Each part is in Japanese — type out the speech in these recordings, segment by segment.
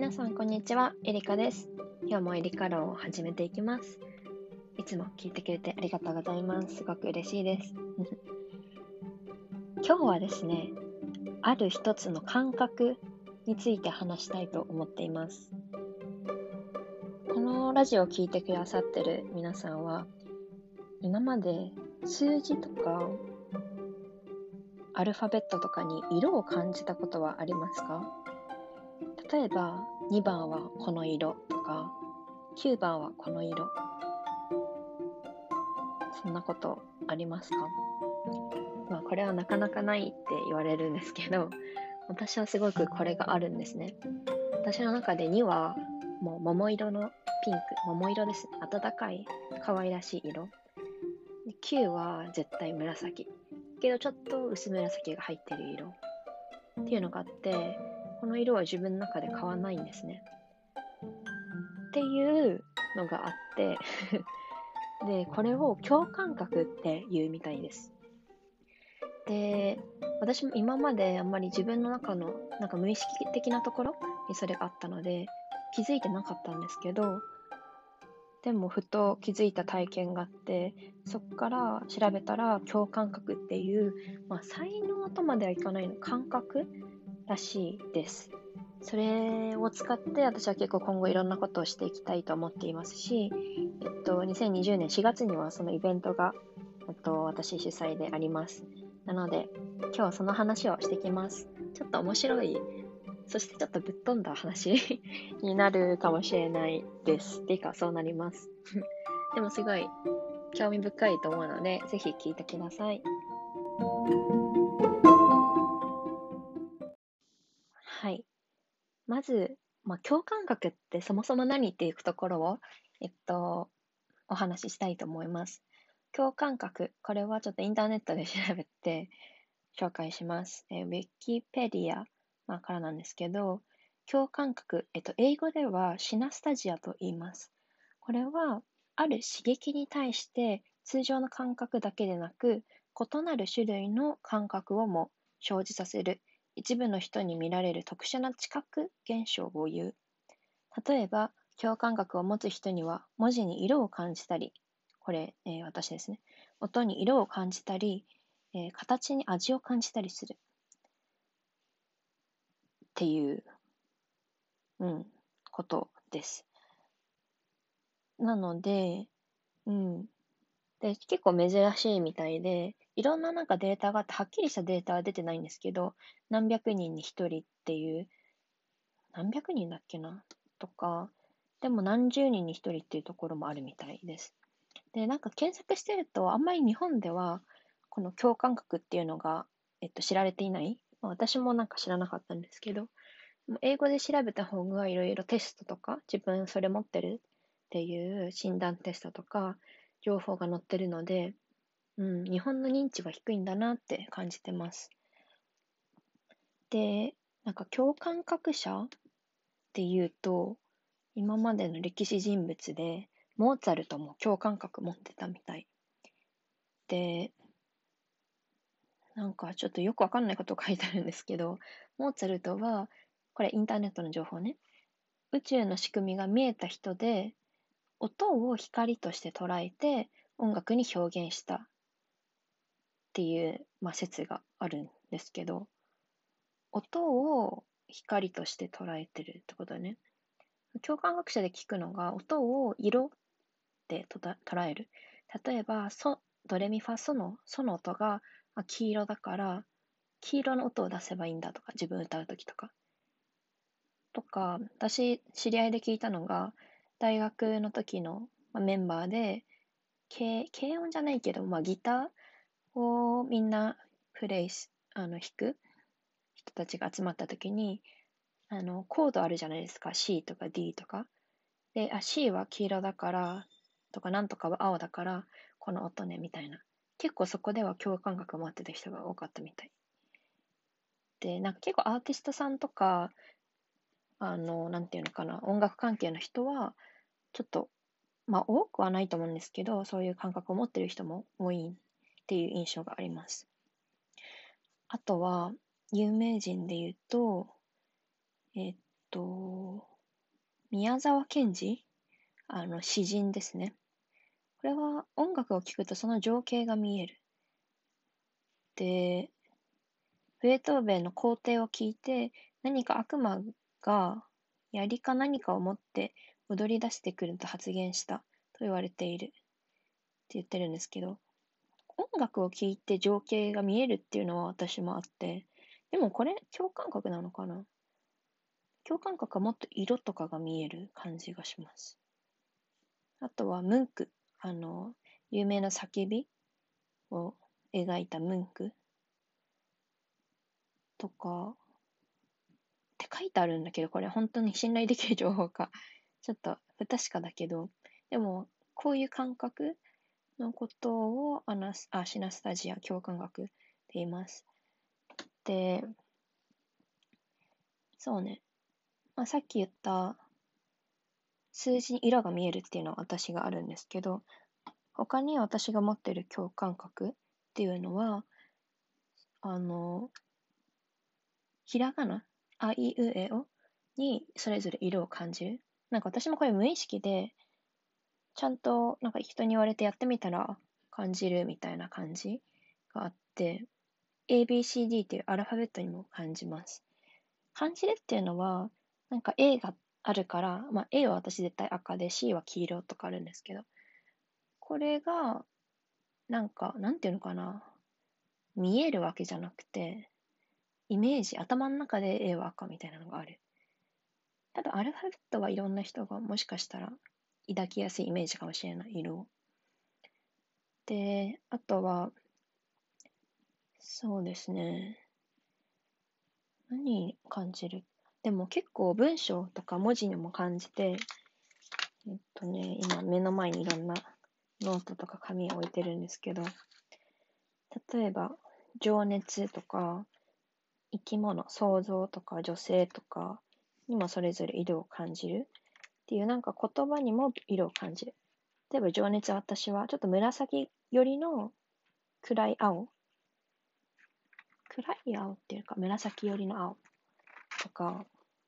皆さんこんにちは、エリカです。今日もエリカ論を始めていきます。いつも聞いてくれてありがとうございます。すごく嬉しいです。今日はですね、ある一つの感覚について話したいと思っています。このラジオを聞いてくださってる皆さんは、今まで数字とかアルファベットとかに色を感じたことはありますか？例えば2番はこの色とか9番はこの色、そんなことありますか？これはなかなかないって言われるんですけど、私はすごくこれがあるんですね。私の中で2はもう桃色のピンク、桃色ですね。暖かい可愛らしい色。で9は絶対紫。けどちょっと薄紫が入ってる色っていうのがあって、この色は自分の中で買わないんですね。っていうのがあってで、これを共感覚って言うみたいです。で、私も今まであんまり自分の中のなんか無意識的なところにそれがあったので気づいてなかったんですけど、でもふと気づいた体験があって、そこから調べたら共感覚っていう、才能とまではいかないの感覚らしいです。それを使って私は結構今後いろんなことをしていきたいと思っていますし、2020年4月にはそのイベントが、私主催であります。なので、今日はその話をしてきます。ちょっと面白い、そしてちょっとぶっ飛んだ話になるかもしれないです。っていうか、そうなります。でもすごい興味深いと思うので、ぜひ聞いてください。はい。まず、共感覚ってそもそも何っていうところを、お話ししたいと思います。共感覚、これはちょっとインターネットで調べて紹介します。ウィキペディア、からなんですけど、共感覚、英語ではシナスタジアと言います。これは、ある刺激に対して通常の感覚だけでなく、異なる種類の感覚をも生じさせる、一部の人に見られる特殊な知覚現象を言う。例えば、共感覚を持つ人には文字に色を感じたり、これ、私ですね。音に色を感じたり、形に味を感じたりするっていう、ことです。なので、うん。で、結構珍しいみたいで、いろんななんかデータがあって、はっきりしたデータは出てないんですけど、何百人に一人っていう、何百人だっけなとか、でも何十人に一人っていうところもあるみたいです。で、なんか検索してると、あんまり日本では、この共感覚っていうのが、知られていない。私もなんか知らなかったんですけど、英語で調べた方がいろいろテストとか、自分それ持ってるっていう診断テストとか、情報が載ってるので、日本の認知は低いんだなって感じてます。で、なんか共感覚者っていうと、今までの歴史人物で、モーツァルトも共感覚持ってたみたい。で、なんかちょっとよくわかんないこと書いてあるんですけど、モーツァルトは、これインターネットの情報ね、宇宙の仕組みが見えた人で、音を光として捉えて音楽に表現したっていう、説があるんですけど、音を光として捉えてるってことだね。共感覚者で聞くのが音を色で捉える。例えば、ドレミファソの音が黄色だから、黄色の音を出せばいいんだとか、自分歌うときとか。私、知り合いで聞いたのが、大学の時のメンバーで、軽音じゃないけど、ギターをみんなプレイし、弾く人たちが集まった時に、コードあるじゃないですか。C とか D とか。で、C は黄色だから、とか、なんとかは青だから、この音ね、みたいな。結構そこでは共感覚を持ってた人が多かったみたい。で、なんか結構アーティストさんとか、なんていうのかな、音楽関係の人は、ちょっと、多くはないと思うんですけど、そういう感覚を持ってる人も多いっていう印象があります。あとは、有名人で言うと、えっと、 宮沢賢治、詩人ですね。これは音楽を聴くとその情景が見える。で、ベートーベンの皇帝を聞いて、何か悪魔が槍か何かを持って踊り出してくると発言したと言われているって言ってるんですけど、音楽を聴いて情景が見えるっていうのは私もあって、でもこれ共感覚なのかな。共感覚はもっと色とかが見える感じがします。あとはムンク、有名な叫びを描いたムンクとかって書いてあるんだけど、これ本当に信頼できる情報かちょっと不確かだけど、でもこういう感覚のことをシナスタジア共感覚って言います。で、そうね、さっき言った数字に色が見えるっていうのは私があるんですけど、他に私が持ってる共感覚っていうのは、ひらがな、あいうえおにそれぞれ色を感じる。なんか私もこれ無意識で、ちゃんとなんか人に言われてやってみたら感じるみたいな感じがあって、ABCD っていうアルファベットにも感じます。感じるっていうのは、なんか A があるから、A は私絶対赤で C は黄色とかあるんですけど、これが、なんか、なんていうのかな、見えるわけじゃなくて、イメージ、頭の中で A は赤みたいなのがある。ただ、アルファベットはいろんな人がもしかしたら抱きやすいイメージかもしれない、色を。で、あとは、そうですね。何感じる？でも結構文章とか文字にも感じて、今目の前にいろんなノートとか紙を置いてるんですけど、例えば、情熱とか、生き物、創造とか女性とかにもそれぞれ色を感じるっていうなんか言葉にも色を感じる。例えば情熱、私はちょっと紫寄りの暗い青。暗い青っていうか紫寄りの青とか、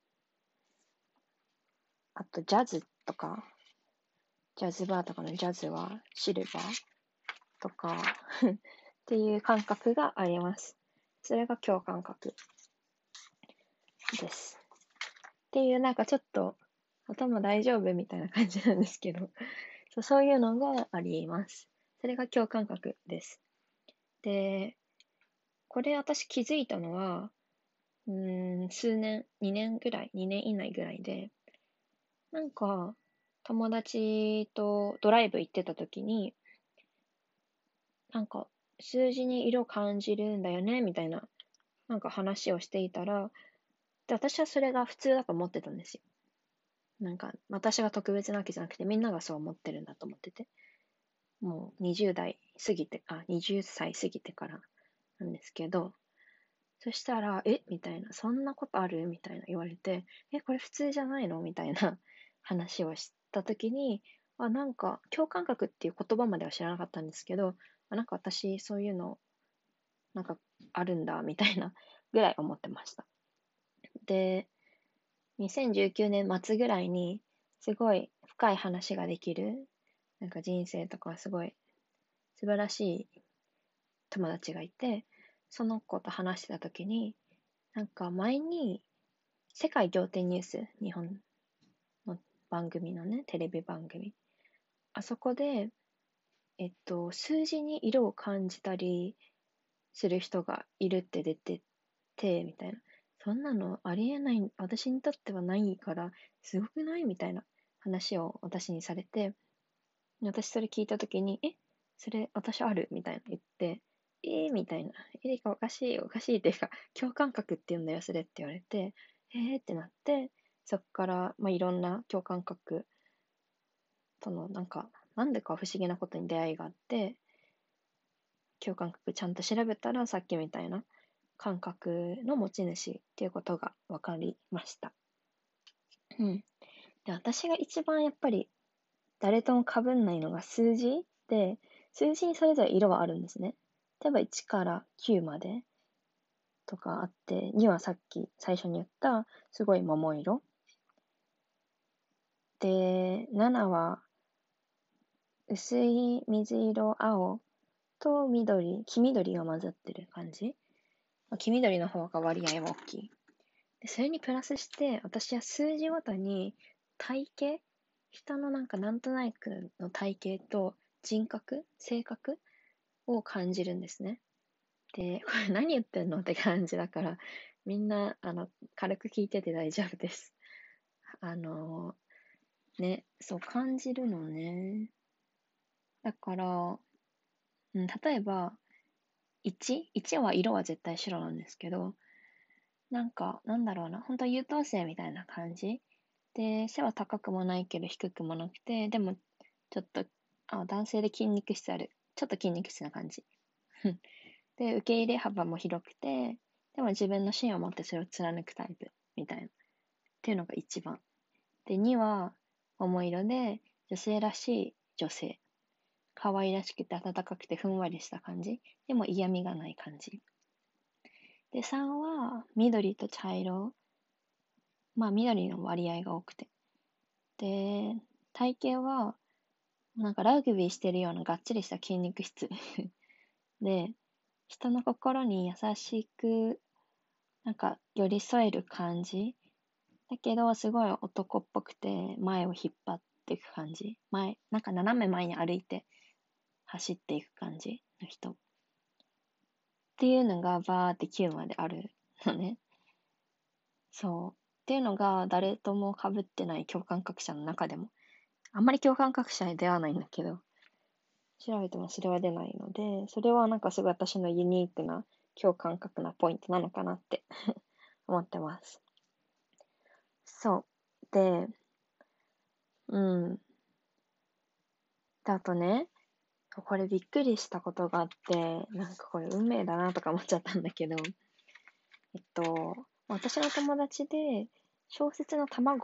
あとジャズとか、ジャズバーとかのジャズはシルバーとかっていう感覚があります。それが共感覚です。っていうなんかちょっと頭大丈夫みたいな感じなんですけどそういうのがあります。それが共感覚です。で、これ私気づいたのは、数年、2年ぐらい、2年以内ぐらいで、なんか、友達とドライブ行ってた時に、なんか、数字に色感じるんだよね、みたいな、なんか話をしていたら、で、私はそれが普通だと思ってたんですよ。なんか、私が特別なわけじゃなくて、みんながそう思ってるんだと思ってて。もう20代過ぎて、20歳過ぎてからなんですけど、そしたら、みたいな、そんなことあるみたいな言われて、これ普通じゃないのみたいな話をしたときに、なんか、共感覚っていう言葉までは知らなかったんですけど、なんか私、そういうの、なんか、あるんだ、みたいなぐらい思ってました。で、2019年末ぐらいに、すごい深い話ができる、なんか人生とかすごい素晴らしい友達がいて、その子と話してた時に、なんか前に世界仰天ニュース、日本の番組のね、テレビ番組。あそこで、数字に色を感じたりする人がいるって出てて、みたいな。そんなのありえない、私にとってはないから、すごくないみたいな話を私にされて、私それ聞いたときに、それ私あるみたいな言って、みたいな。おかしい、おかしいっていうか、共感覚って言うんだよ、それって言われて、ってなって、そっから、いろんな共感覚との、なんでか不思議なことに出会いがあって、共感覚ちゃんと調べたら、さっきみたいな感覚の持ち主っていうことが分かりました。うん。で、私が一番やっぱり誰とも被んないのが数字で、数字にそれぞれ色はあるんですね。例えば1から9までとかあって、2はさっき最初に言ったすごい桃色。 で、7は薄い水色、青と緑、黄緑が混ざってる感じ。黄緑の方が割合は大きい。でそれにプラスして、私は数字ごとに体型、人のなんとなくの体型と人格、性格を感じるんですね。で、これ何言ってんのって感じだから、みんな、軽く聞いてて大丈夫です。そう感じるのね。だから、例えば、1は色は絶対白なんですけど、なんだろうな、本当は優等生みたいな感じで、背は高くもないけど低くもなくて、でも、ちょっと、男性で筋肉質ある。ちょっと筋肉質な感じ。で、受け入れ幅も広くて、でも自分の芯を持ってそれを貫くタイプ、みたいな。っていうのが1番。で、2は、桃色で、女性らしい女性。可愛らしくて温かくてふんわりした感じ。でも嫌味がない感じ。で、3は、緑と茶色。まあ、緑の割合が多くて。で、体型は、ラグビーしてるようながっちりした筋肉質で、人の心に優しく、寄り添える感じ。だけど、すごい男っぽくて、前を引っ張っていく感じ。斜め前に歩いて走っていく感じの人。っていうのがバーって9まであるのね。そう。っていうのが誰とも被ってない共感覚者の中でも。あんまり共感覚者に出会わないんだけど、調べてもそれは出ないので、それはすごい私のユニークな共感覚なポイントなのかなって思ってます。そう。で、うん。で、あとね、これびっくりしたことがあって、これ運命だなとか思っちゃったんだけど、私の友達で小説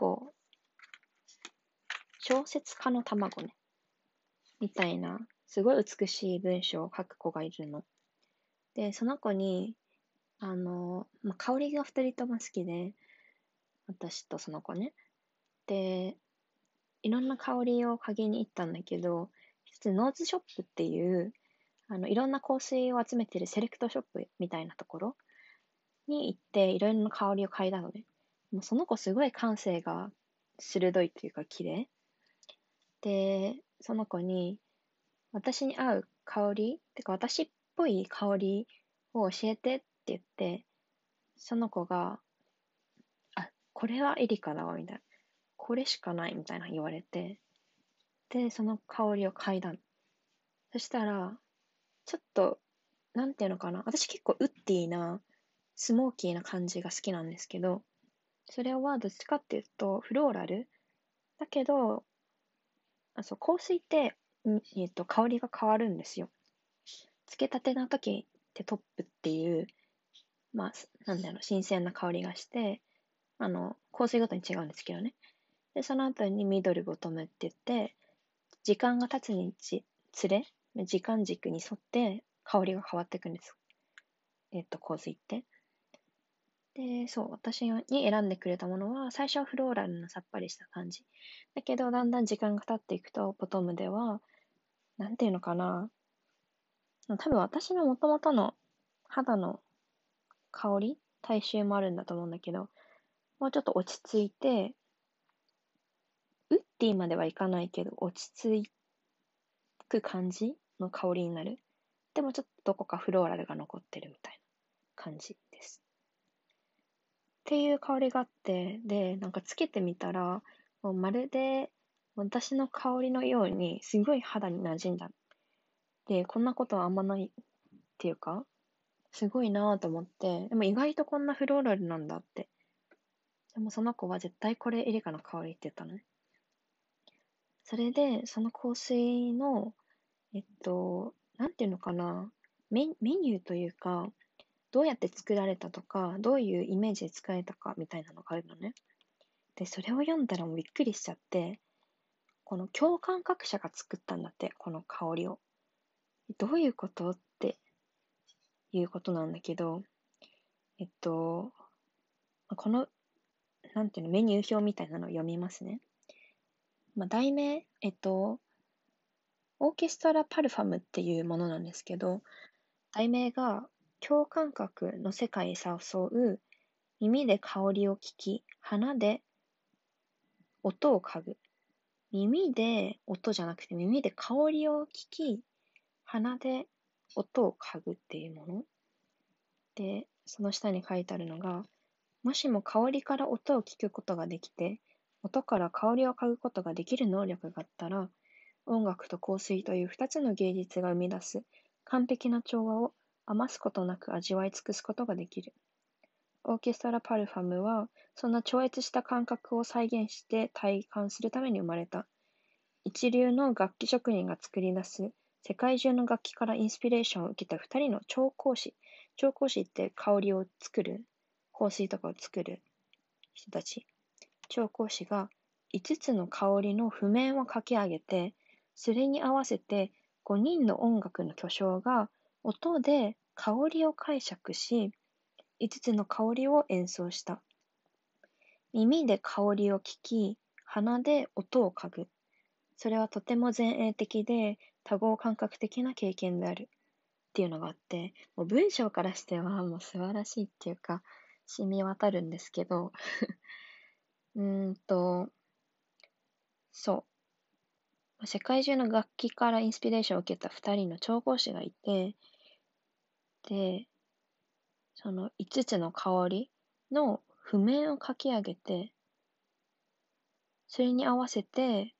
家の卵ね、みたいな、すごい美しい文章を書く子がいるの。で、その子に、香りが二人とも好きで、私とその子ね。で、いろんな香りを嗅ぎに行ったんだけど、一つノーズショップっていう、いろんな香水を集めてるセレクトショップみたいなところに行って、いろいろな香りを嗅いだのね。もうその子すごい感性が鋭いというか綺麗。で、その子に、私に合う香り、私っぽい香りを教えてって言って、その子が、これはエリカだわ、みたいな。これしかない、みたいな言われて、で、その香りを嗅いだの。そしたら、ちょっと、なんていうのかな。私結構ウッディな、スモーキーな感じが好きなんですけど、それはどっちかっていうと、フローラルだけど、そう、香水って、香りが変わるんですよ。つけたての時ってトップっていう、新鮮な香りがして、香水ごとに違うんですけどね。で、その後にミドルボトムって言って、時間が経つにつれ、時間軸に沿って香りが変わっていくんです。香水って。で、そう、私に選んでくれたものは、最初はフローラルなさっぱりした感じ。だけど、だんだん時間が経っていくと、ボトムでは、なんていうのかな。多分私の元々の肌の香り、体臭もあるんだと思うんだけど、もうちょっと落ち着いて、ウッディまではいかないけど、落ち着く感じの香りになる。でもちょっとどこかフローラルが残ってるみたいな感じです。っていう香りがあって、で、つけてみたら、もうまるで私の香りのようにすごい肌に馴染んだ。で、こんなことはあんまないっていうか、すごいなぁと思って、でも意外とこんなフローラルなんだって。でもその子は絶対これエリカの香りって言ったのね。それで、その香水の、なんていうのかな、メニューというか、どうやって作られたとか、どういうイメージで作られたかみたいなのがあるのね。で、それを読んだらもうびっくりしちゃって、この共感覚者が作ったんだって、この香りを。どういうことっていうことなんだけど、この、なんていうの、メニュー表みたいなのを読みますね。 題名、オーケストラパルファムっていうものなんですけど、題名が共感覚の世界へ誘う、耳で香りを聞き、鼻で音を嗅ぐ。耳で音じゃなくて耳で香りを聞き、鼻で音を嗅ぐっていうもの。で、その下に書いてあるのが、もしも香りから音を聞くことができて、音から香りを嗅ぐことができる能力があったら、音楽と香水という二つの芸術が生み出す完璧な調和を余すことなく味わい尽くすことができる。オーケストラパルファムは、そんな超越した感覚を再現して体感するために生まれた。一流の楽器職人が作り出す世界中の楽器からインスピレーションを受けた二人の調香師。調香師って香りを作る、香水とかを作る人たち。調香師が5つの香りの譜面を書き上げて、それに合わせて5人の音楽の巨匠が音で香りを解釈し、5つの香りを演奏した。耳で香りを聞き、鼻で音を嗅ぐ。それはとても前衛的で多合感覚的な経験であるっていうのがあって、もう文章からしてはもう素晴らしいっていうか、染み渡るんですけど、そう。世界中の楽器からインスピレーションを受けた2人の調香師がいて、で、その5つの香りの譜面を書き上げて、それに合わせて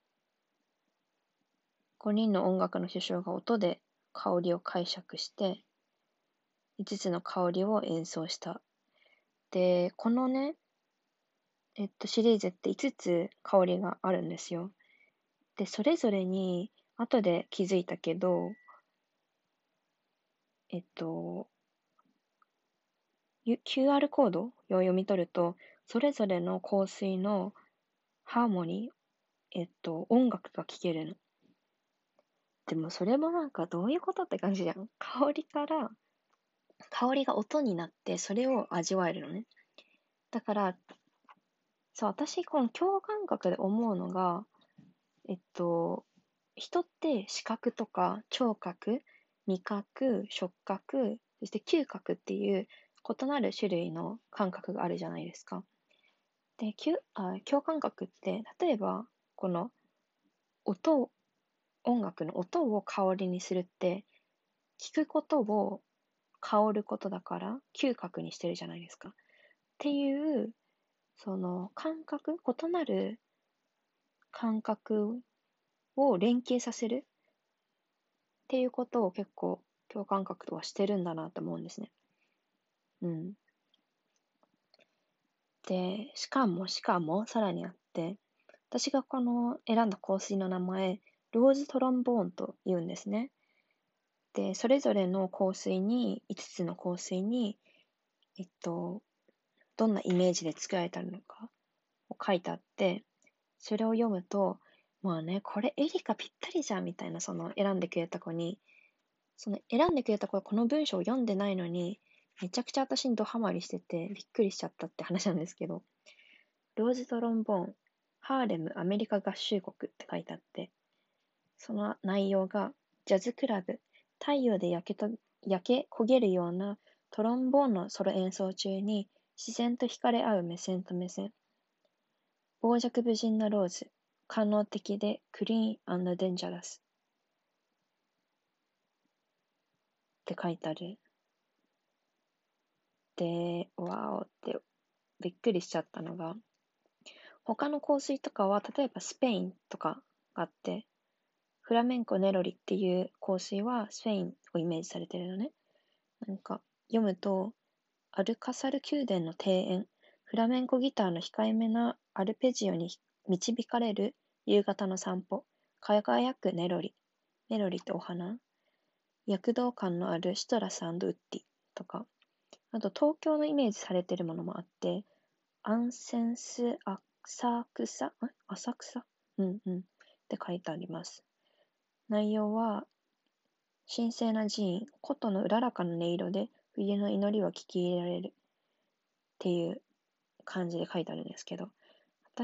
5人の音楽の巨匠が音で香りを解釈して、5つの香りを演奏した。で、このね、シリーズって5つ香りがあるんですよ。で、それぞれに、後で気づいたけど、QR コードを読み取ると、それぞれの香水のハーモニー、音楽が聴けるの。でもそれもなんかどういうことって感じじゃん。香りが音になって、それを味わえるのね。だから、そう、私、この共感覚で思うのが、人って視覚とか聴覚、味覚、触覚、そして嗅覚っていう異なる種類の感覚があるじゃないですか。で、共感覚って、例えば、この音音楽の音を香りにするって、聞くことを香ることだから、嗅覚にしてるじゃないですか。っていう、その感覚、異なる感覚を連携させるっていうことを結構共感覚とはしてるんだなと思うんですね。うん。で、しかも、さらにあって、私がこの選んだ香水の名前、ローズトロンボーンと言うんですね。で、それぞれの香水に、5つの香水に、どんなイメージで作られたのかを書いてあって、それを読むと、まあね、これエリカぴったりじゃんみたいな、その選んでくれた子に、その選んでくれた子はこの文章を読んでないのに、めちゃくちゃ私にドハマりしてて、びっくりしちゃったって話なんですけど、ローズトロンボーン、ハーレムアメリカ合衆国って書いてあって、その内容が、ジャズクラブ、太陽で焼け焦げるようなトロンボーンのソロ演奏中に自然と惹かれ合う目線と目線。傍若無人なローズ、官能的でクリーン&デンジャラスって書いてある。で、わーってびっくりしちゃったのが、他の香水とかは、例えばスペインとかがあって、フラメンコネロリっていう香水はスペインをイメージされてるのね。なんか読むと、アルカサル宮殿の庭園、フラメンコギターの控えめなアルペジオに導かれる夕方の散歩、輝くネロリ、ネロリってお花、躍動感のあるシトラスウッディとか、あと東京のイメージされてるものもあって、アンセンス浅草うんうんって書いてあります。内容は、神聖な寺院、琴のうららかな音色で冬の祈りを聞き入れられるっていう感じで書いてあるんですけど、私が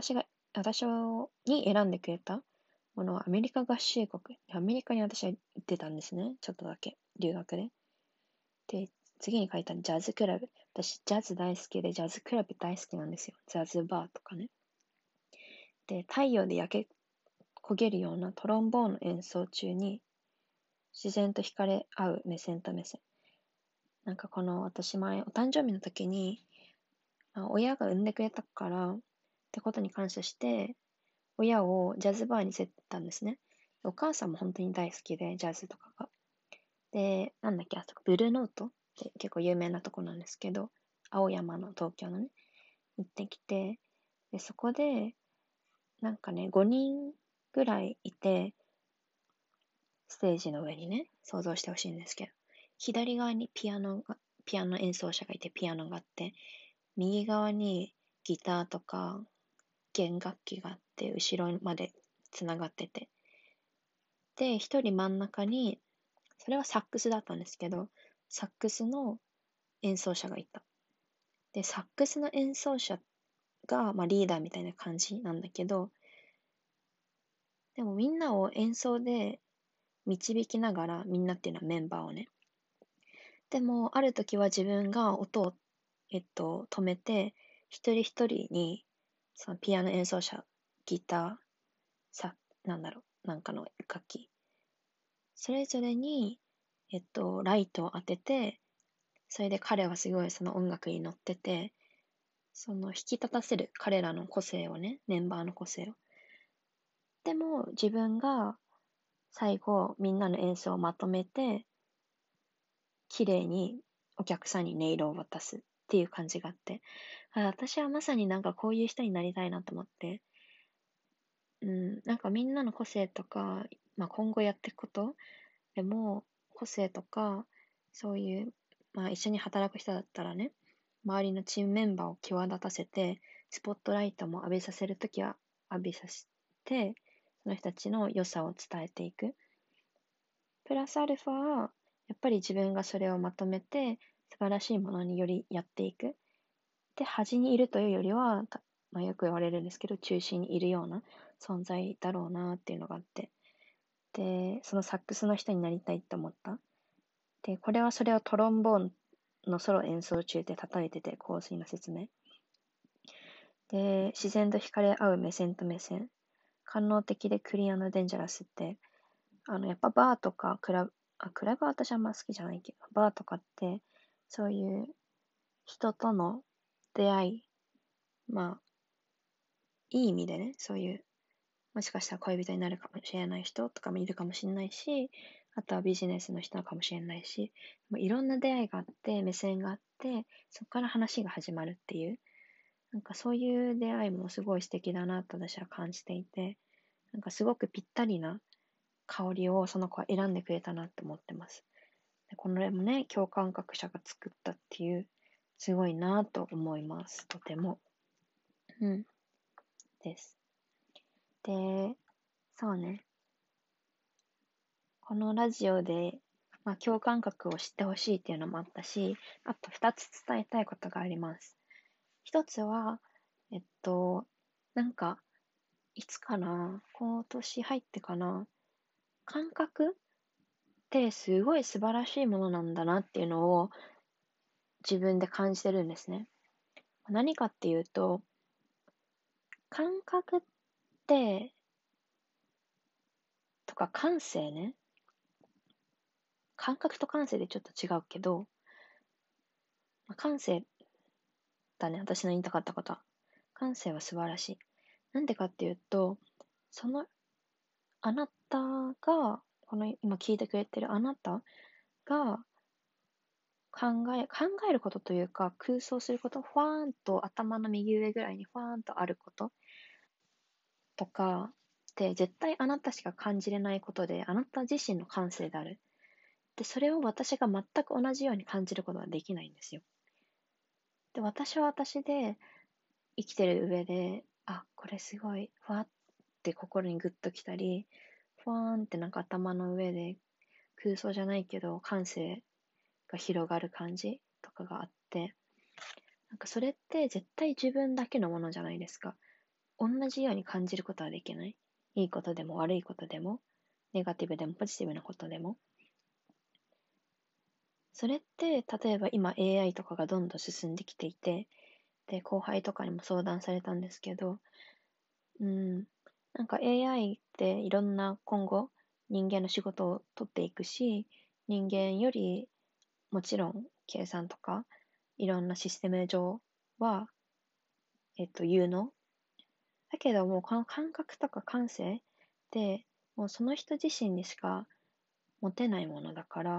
に選んでくれたものはアメリカ合衆国。アメリカに私は行ってたんですね。ちょっとだけ。留学で。で、次に書いたジャズクラブ。私、ジャズ大好きで、ジャズクラブ大好きなんですよ。ジャズバーとかね。で、太陽で焼け焦げるようなトロンボーンの演奏中に、自然と惹かれ合う目線と目線。なんか私前、お誕生日の時に、親が産んでくれたからってことに感謝して、親をジャズバーに連れてったんですね。お母さんも本当に大好きで、ジャズとかが。で、なんだっけ、あそこ、ブルーノートって結構有名なとこなんですけど、青山の東京のね、行ってきて、で、そこで、なんかね、5人ぐらいいて、ステージの上にね、想像してほしいんですけど、左側にピアノ演奏者がいて、ピアノがあって、右側にギターとか弦楽器があって、後ろまでつながってて、で、一人真ん中に、それはサックスだったんですけど、サックスの演奏者がいた。で、サックスの演奏者が、リーダーみたいな感じなんだけど、でもみんなを演奏で導きながら、みんなっていうのはメンバーをね。でも、ある時は自分が音を、止めて、一人一人に、そのピアノ演奏者、ギター、なんかの楽器、それぞれに、ライトを当てて、それで彼はすごいその音楽に乗ってて、その引き立たせる彼らの個性をね、メンバーの個性を。でも自分が最後みんなの演奏をまとめて、綺麗にお客さんに音色を渡すっていう感じがあって、私はまさになんかこういう人になりたいなと思って、なんかみんなの個性とか、今後やっていくことでも、個性とか、そういう、一緒に働く人だったらね、周りのチームメンバーを際立たせて、スポットライトも浴びさせるときは浴びさせて、その人たちの良さを伝えていく。プラスアルファ、やっぱり自分がそれをまとめて、素晴らしいものによりやっていく。で、端にいるというよりは、よく言われるんですけど、中心にいるような存在だろうなっていうのがあって。で、そのサックスの人になりたいって思った。で、これはそれをトロンボーンのソロ演奏中で叩いてて、香水の説明。で、自然と惹かれ合う目線と目線。官能的でクリアなデンジャラスって、やっぱバーとかクラブは私あんま好きじゃないけど、バーとかって、そういう人との出会い、まあ、いい意味でね、そういう、もしかしたら恋人になるかもしれない人とかもいるかもしれないし、あとはビジネスの人かもしれないし、いろんな出会いがあって、目線があって、そこから話が始まるっていう、なんかそういう出会いもすごい素敵だなと私は感じていて、なんかすごくぴったりな香りをその子は選んでくれたなって思ってます。でこれもね、共感覚者が作ったっていう、すごいなと思います。とても。うん。です。で、そうね。このラジオで、共感覚を知ってほしいっていうのもあったし、あと二つ伝えたいことがあります。一つは、なんか、いつかな、今年入ってかな、感覚ってすごい素晴らしいものなんだなっていうのを自分で感じてるんですね。何かっていうと、感覚ってとか感性ね。感覚と感性でちょっと違うけど、感性だね、私の言いたかったことは。感性は素晴らしい。なんでかっていうと、その、あなたが、この今聞いてくれてるあなたが考えることというか、空想すること、ふわーんと頭の右上ぐらいにふわーんとあることとかって絶対あなたしか感じれないことで、あなた自身の感性である。で、それを私が全く同じように感じることはできないんですよ。で、私は私で生きてる上で、これすごい、ふわって心にグッときたり、ふわーんってなんか頭の上で空想じゃないけど感性が広がる感じとかがあって、なんかそれって絶対自分だけのものじゃないですか。 同じように感じることはできない。いいことでも悪いことでも、ネガティブでもポジティブなことでも。それって、例えば今 AI とかがどんどん進んできていて、で、後輩とかにも相談されたんですけど、なんか AI っていろんな今後人間の仕事を取っていくし、人間よりもちろん計算とかいろんなシステム上は、有能。だけどもこの感覚とか感性ってもうその人自身にしか持てないものだから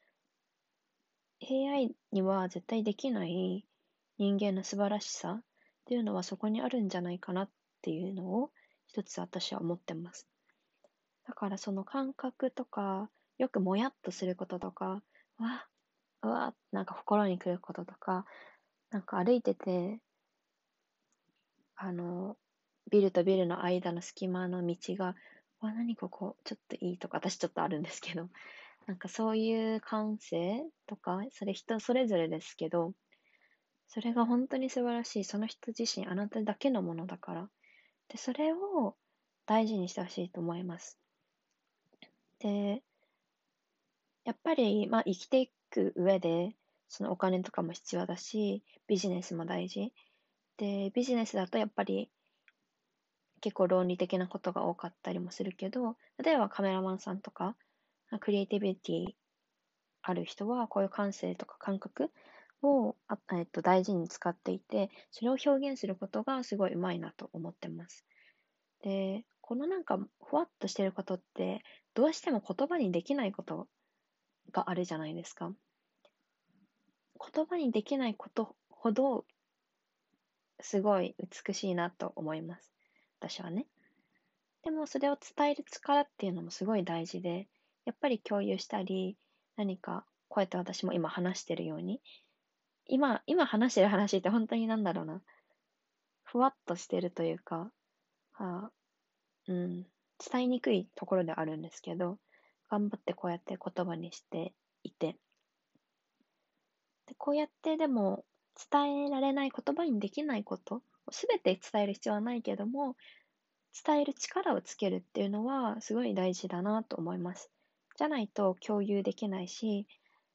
、AI には絶対できない人間の素晴らしさっていうのはそこにあるんじゃないかなっていうのを一つ私は思ってます。だからその感覚とか、よくもやっとすることとか、なんか心に来ることとか、なんか歩いてて、あの、ビルとビルの間の隙間の道が、何ここ、ちょっといいとか、私ちょっとあるんですけど、なんかそういう感性とか、それ人それぞれですけど、それが本当に素晴らしい、その人自身、あなただけのものだから。で、それを大事にしてほしいと思います。で、やっぱり、生きていく上で、そのお金とかも必要だし、ビジネスも大事。で、ビジネスだとやっぱり結構論理的なことが多かったりもするけど、例えばカメラマンさんとか、クリエイティビティある人は、こういう感性とか感覚を大事に使っていて、それを表現することがすごい上手いなと思ってます。で、このなんか、ふわっとしてることって、どうしても言葉にできないことがあるじゃないですか。言葉にできないことほど、すごい美しいなと思います。私はね。でも、それを伝える力っていうのもすごい大事で、やっぱり共有したり、何か、こうやって私も今話してるように、今話してる話って本当になんだろうな、ふわっとしてるというか、あ伝えにくいところであるんですけど、頑張ってこうやって言葉にしていて、でこうやってでも伝えられない言葉にできないこと、すべて伝える必要はないけども、伝える力をつけるっていうのはすごい大事だなと思います。じゃないと共有できないし、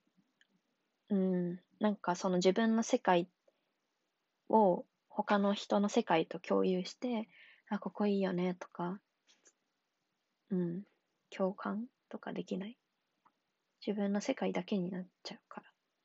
なんかその自分の世界を他の人の世界と共有して、ここいいよねとか、うん、共感とかできない。自分の世界だけになっちゃうから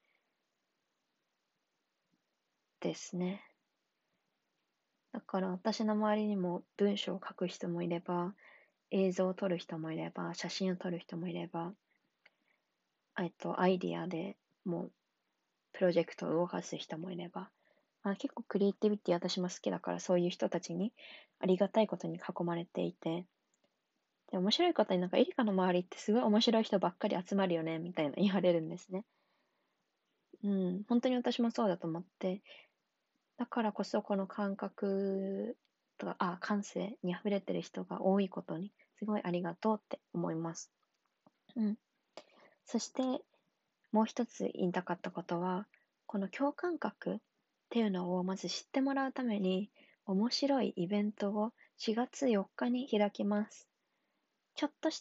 ですね。だから私の周りにも文章を書く人もいれば、映像を撮る人もいれば、写真を撮る人もいれば、アイディアでもうプロジェクトを動かす人もいれば、結構クリエイティビティ私も好きだからそういう人たちにありがたいことに囲まれていて、で、面白いことになんかエリカの周りってすごい面白い人ばっかり集まるよね、みたいな言われるんですね。本当に私もそうだと思って、だからこそこの感覚とか、感性に溢れてる人が多いことに、すごいありがとうって思います。そして、もう一つ言いたかったことは、この共感覚っていうのをまず知ってもらうために、面白いイベントを4月4日に開きます。ちょっとした、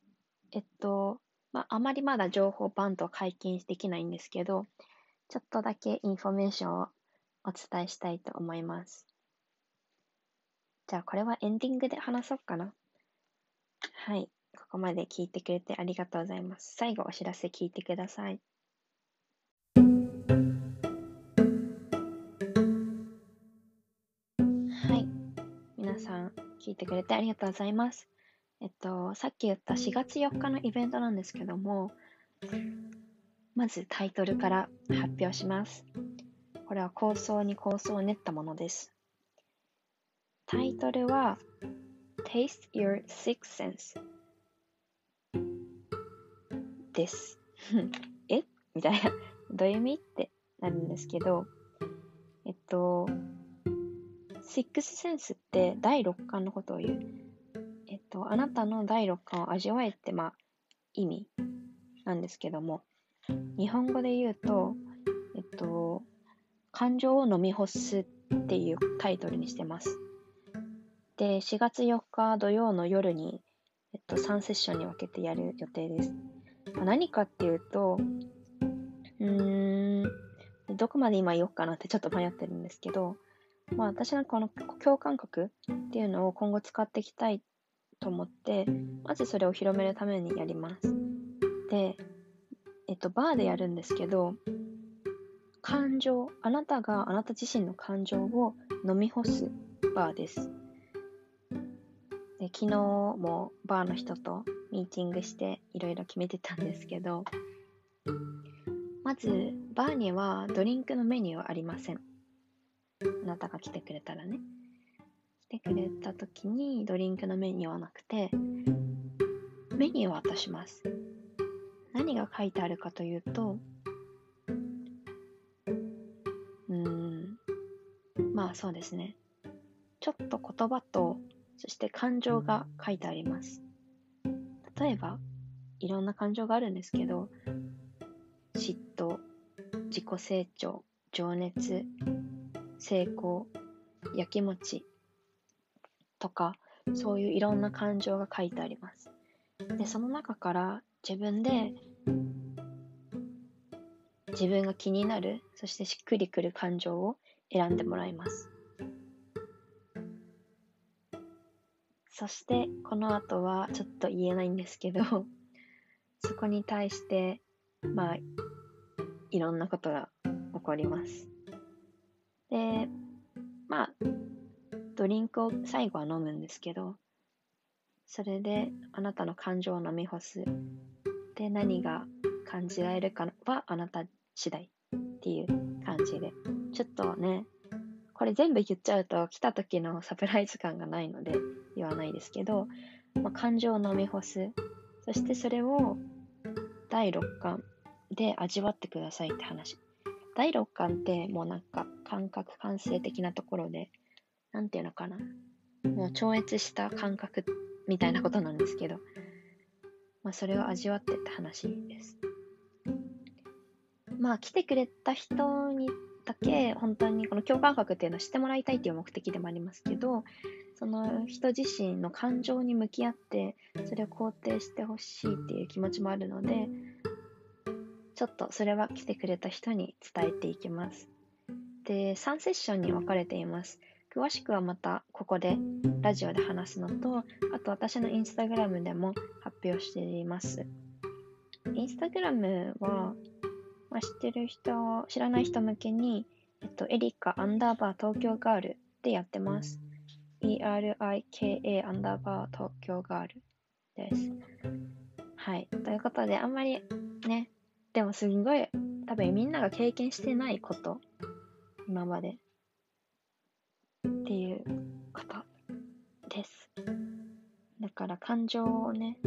あまりまだ情報バンと解禁できないんですけど、ちょっとだけインフォメーションをお伝えしたいと思います。じゃあこれはエンディングで話そうかな。はい。ここまで聞いてくれてありがとうございます。最後お知らせ聞いてください。はい。皆さん聞いてくれてありがとうございます。さっき言った4月4日のイベントなんですけども、まずタイトルから発表します。これは構想に構想を練ったものです。タイトルは Taste Your Sixth Sense です。えみたいな。どういう意味ってなるんですけど、シックスセンスって第六感のことを言う。あなたの第六感を味わえって、意味なんですけども、日本語で言うと、感情を飲み干すっていうタイトルにしてます。 で、4月4日土曜の夜に、3セッションに分けてやる予定です。何かっていうと、どこまで今言おうかなってちょっと迷ってるんですけど、私のこの共感覚っていうのを今後使っていきたいと思って、まずそれを広めるためにやります。で、バーでやるんですけど、あなたがあなた自身の感情を飲み干すバーです。で、昨日もバーの人とミーティングしていろいろ決めてたんですけど、まずバーにはドリンクのメニューはありません。あなたが来てくれたらね。来てくれた時にドリンクのメニューはなくて、メニューを渡します。何が書いてあるかというと、そうですね。ちょっと言葉と、そして感情が書いてあります。例えば、いろんな感情があるんですけど、嫉妬、自己成長、情熱、成功、やきもちとか、そういういろんな感情が書いてあります。で、その中から自分で自分が気になる、そしてしっくりくる感情を選んでもらいます。そしてこの後はちょっと言えないんですけど、そこに対していろんなことが起こります。で、ドリンクを最後は飲むんですけど、それであなたの感情を飲み干す。で、何が感じられるかはあなた次第っていう感じで、ちょっとね、これ全部言っちゃうと来た時のサプライズ感がないので言わないですけど、感情を飲み干す。そしてそれを第6感で味わってくださいって話。第6感ってもうなんか感性的なところで、なんていうのかな。もう超越した感覚みたいなことなんですけど、それを味わってって話です。来てくれた人にだけ本当にこの共感覚っていうのを知ってもらいたいっていう目的でもありますけど、その人自身の感情に向き合ってそれを肯定してほしいっていう気持ちもあるので、ちょっとそれは来てくれた人に伝えていきます。で、3セッションに分かれています。詳しくはまたここでラジオで話すのと、あと私のインスタグラムでも発表しています。インスタグラムは、知ってる人、知らない人向けに、エリカ_東京ガールでやってます。ERIKA _東京ガールです。はい。ということで、あんまりね、でもすんごい、多分みんなが経験してないこと、今まで。っていうことです。だから感情をね、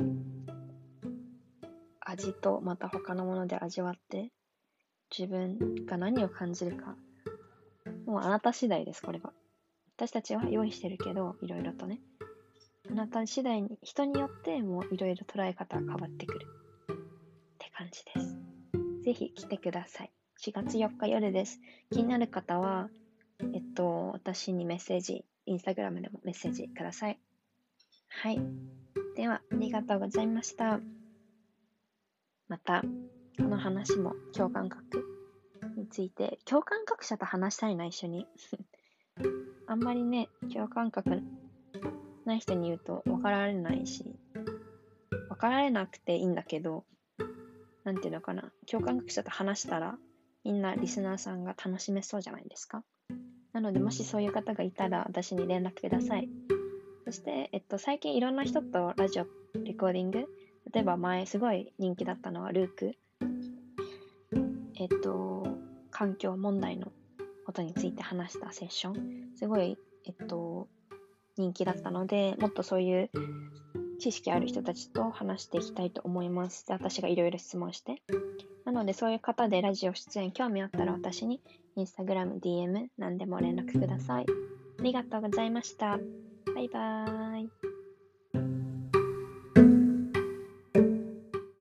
味とまた他のもので味わって、自分が何を感じるか、もうあなた次第です、これは。私たちは用意してるけど、いろいろとね。あなた次第に、人によってもういろいろ捉え方が変わってくるって感じです。ぜひ来てください。4月4日夜です。気になる方は、私にメッセージ、インスタグラムでもメッセージください。はい。では、ありがとうございました。また、この話も共感覚について、共感覚者と話したいな、一緒に。あんまりね、共感覚ない人に言うと分かられないし、分かられなくていいんだけど、なんていうのかな、共感覚者と話したら、みんなリスナーさんが楽しめそうじゃないですか。なので、もしそういう方がいたら、私に連絡ください。そして、最近いろんな人とラジオレコーディング、例えば前すごい人気だったのはルーク、環境問題のことについて話したセッション、すごい、人気だったので、もっとそういう知識ある人たちと話していきたいと思います。で、私がいろいろ質問して。なので、そういう方でラジオ出演興味あったら私にインスタグラム、DM 何でも連絡ください。ありがとうございました。バイバーイ。